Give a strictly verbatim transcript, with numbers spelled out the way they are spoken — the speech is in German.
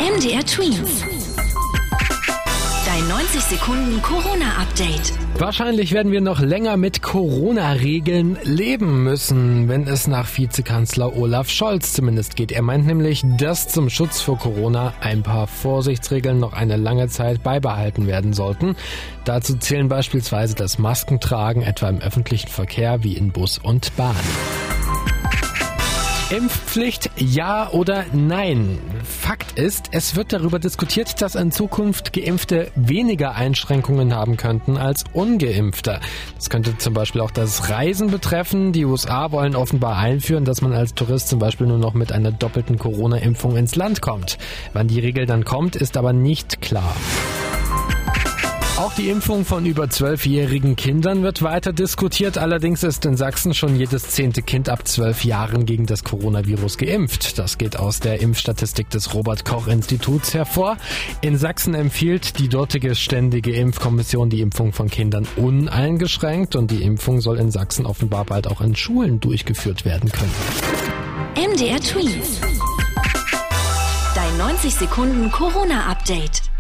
M D R Twins. Dein neunzig Sekunden Corona-Update. Wahrscheinlich werden wir noch länger mit Corona-Regeln leben müssen, wenn es nach Vizekanzler Olaf Scholz zumindest geht. Er meint nämlich, dass zum Schutz vor Corona ein paar Vorsichtsregeln noch eine lange Zeit beibehalten werden sollten. Dazu zählen beispielsweise das Maskentragen, etwa im öffentlichen Verkehr wie in Bus und Bahn. Impfpflicht, ja oder nein? Fakt ist, es wird darüber diskutiert, dass in Zukunft Geimpfte weniger Einschränkungen haben könnten als Ungeimpfte. Das könnte zum Beispiel auch das Reisen betreffen. Die U S A wollen offenbar einführen, dass man als Tourist zum Beispiel nur noch mit einer doppelten Corona-Impfung ins Land kommt. Wann die Regel dann kommt, ist aber nicht klar. Auch die Impfung von über zwölfjährigen Kindern wird weiter diskutiert. Allerdings ist in Sachsen schon jedes zehnte Kind ab zwölf Jahren gegen das Coronavirus geimpft. Das geht aus der Impfstatistik des Robert-Koch-Instituts hervor. In Sachsen empfiehlt die dortige Ständige Impfkommission die Impfung von Kindern uneingeschränkt. Und die Impfung soll in Sachsen offenbar bald auch in Schulen durchgeführt werden können. M D R Twins. Dein neunzig Sekunden Corona-Update.